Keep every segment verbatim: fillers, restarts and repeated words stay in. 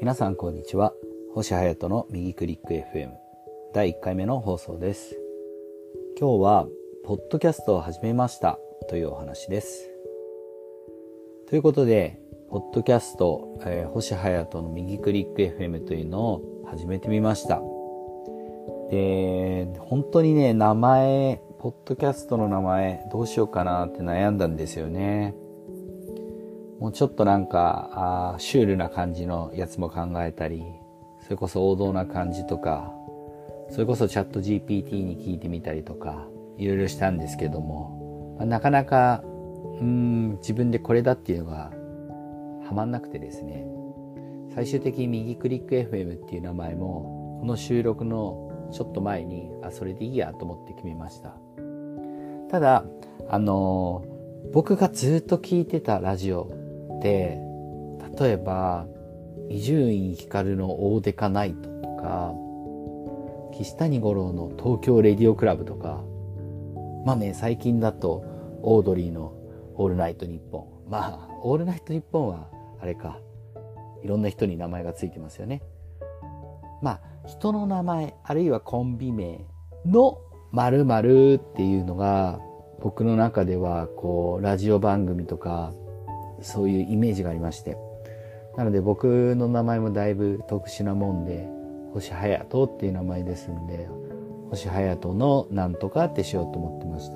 皆さんこんにちは。星隼人の右クリック エフエム だいいっかいめの放送です。今日はポッドキャストを始めましたというお話です。ということでポッドキャスト、えー、星隼人の右クリック エフエム というのを始めてみました。で本当にね名前ポッドキャストの名前どうしようかなって悩んだんですよね。もうちょっとなんかあシュールな感じのやつも考えたり、それこそ王道な感じとか、それこそチャット ジーピーティー に聞いてみたりとかいろいろしたんですけども、まあ、なかなかうーん自分でこれだっていうのがはまんなくてですね、最終的に右クリック エフエム っていう名前もこの収録のちょっと前にあそれでいいやと思って決めました。ただあのー、僕がずっと聞いてたラジオで、例えば伊集院光のオーデカナイトとか岸谷五郎の東京レディオクラブとか、まあね最近だとオードリーのオールナイトニッポン、まあオールナイトニッポンはあれか、いろんな人に名前がついてますよね。まあ人の名前あるいはコンビ名の〇〇っていうのが僕の中ではこうラジオ番組とかそういうイメージがありまして、なので僕の名前もだいぶ特殊なもんで星隼人っていう名前ですんで、星隼人のなんとかってしようと思ってました。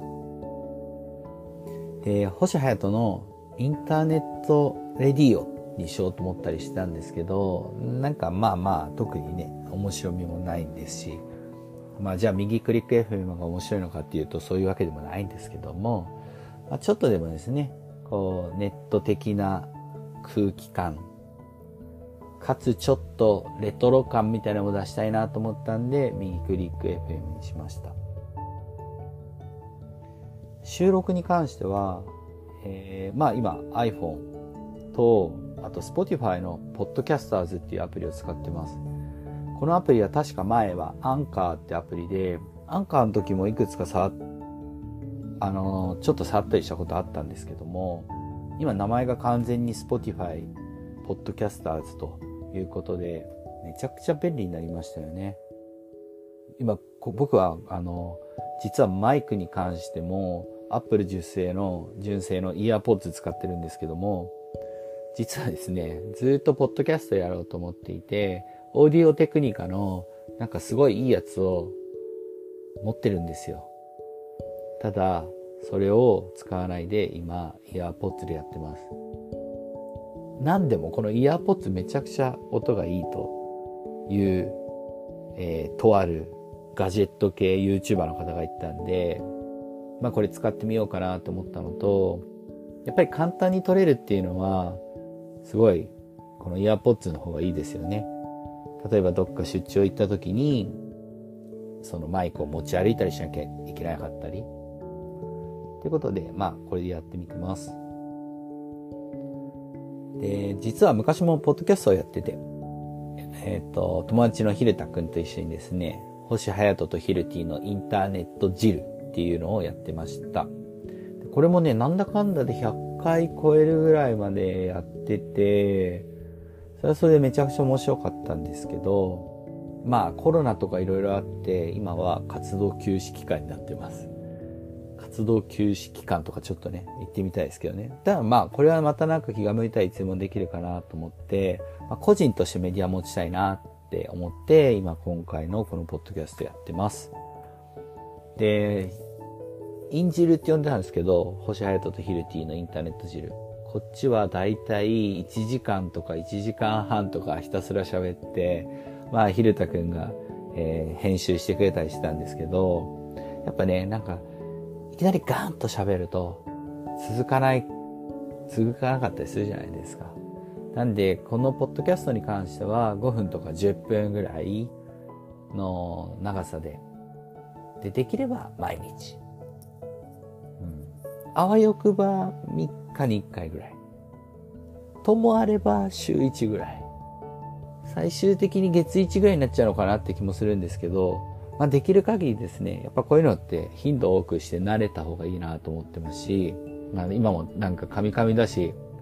で星隼人のインターネットレディオにしようと思ったりしてたんですけど、なんかまあまあ特にね面白みもないんですし、まあじゃあ右クリック エフエム が面白いのかっていうとそういうわけでもないんですけども、まあ、ちょっとでもですねこうネット的な空気感かつちょっとレトロ感みたいなのを出したいなと思ったんで右クリック エフエム にしました。収録に関しては、えー、まあ今 iPhone とあと Spotify の Podcasters っていうアプリを使ってます。このアプリは確か前はアンカーってアプリで、アンカーの時もいくつか触っあのちょっと触ったりしたことあったんですけども、今名前が完全に Spotify Podcasters ということでめちゃくちゃ便利になりましたよね。今僕はあの実はマイクに関しても Apple 純正の純正のイヤーポッズ使ってるんですけども、実はですねずっとポッドキャストやろうと思っていて、オーディオテクニカのなんかすごいいいやつを持ってるんですよ。ただそれを使わないで今イヤーポッツでやってます。なんでもこのイヤーポッツめちゃくちゃ音がいいという、えー、とあるガジェット系 YouTuber の方が言ったんで、まあこれ使ってみようかなと思ったのと、やっぱり簡単に撮れるっていうのはすごいこのイヤーポッツの方がいいですよね。例えばどっか出張行った時にそのマイクを持ち歩いたりしなきゃいけなかったりということで、まあこれでやってみてます。で実は昔もポッドキャストをやってて、えっと友達のヒルタ君と一緒にですね、星隼人とヒルティのインターネットジルっていうのをやってました。これもねなんだかんだでひゃっかい超えるぐらいまでやってて、それはそれでめちゃくちゃ面白かったんですけど、まあコロナとかいろいろあって今は活動休止期間になってます。活動休止期間とかちょっとね行ってみたいですけどね。ただまあこれはまたなんか気が向いたらいつでもできるかなと思って、まあ、個人としてメディア持ちたいなって思って今今回のこのポッドキャストやってます。でインジルって呼んでたんですけど、星隼人とヒルティのインターネットジル、こっちはだいたいいちじかんとかいちじかんはんとかひたすら喋って、まあヒルタくんが、えー、編集してくれたりしてたんですけど、やっぱねなんかいきなりガーンと喋ると続かない続かなかったりするじゃないですか。なんでこのポッドキャストに関してはごふんとかじゅっぷんぐらいの長さで、でできれば毎日、うん、あわよくばみっかにいっかいぐらいともあれば週いちぐらい、最終的に月いちぐらいになっちゃうのかなって気もするんですけど、まあ、できる限りですねやっぱこういうのって頻度を多くして慣れた方がいいなと思ってますし、まあ、今もなんかカミカミだし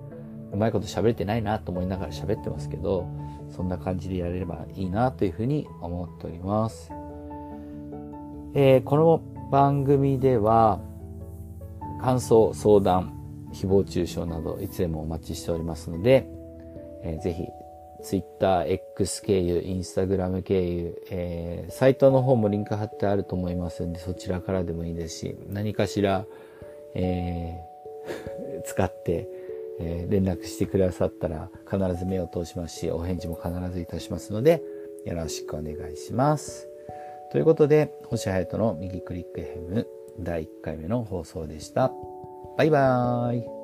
うまいこと喋れてないなと思いながら喋ってますけど、そんな感じでやれればいいなというふうに思っております。えー、この番組では感想、相談、誹謗中傷などいつでもお待ちしておりますので、えー、ぜひ Twitter、X 経由、Instagram 経由、えー、サイトの方もリンク貼ってあると思いますので、そちらからでもいいですし、何かしら、えー、使って、えー、連絡してくださったら必ず目を通しますし、お返事も必ずいたしますので、よろしくお願いします。ということで、星隼人の右クリック エフエム だいいっかいめの放送でした。バイバーイ。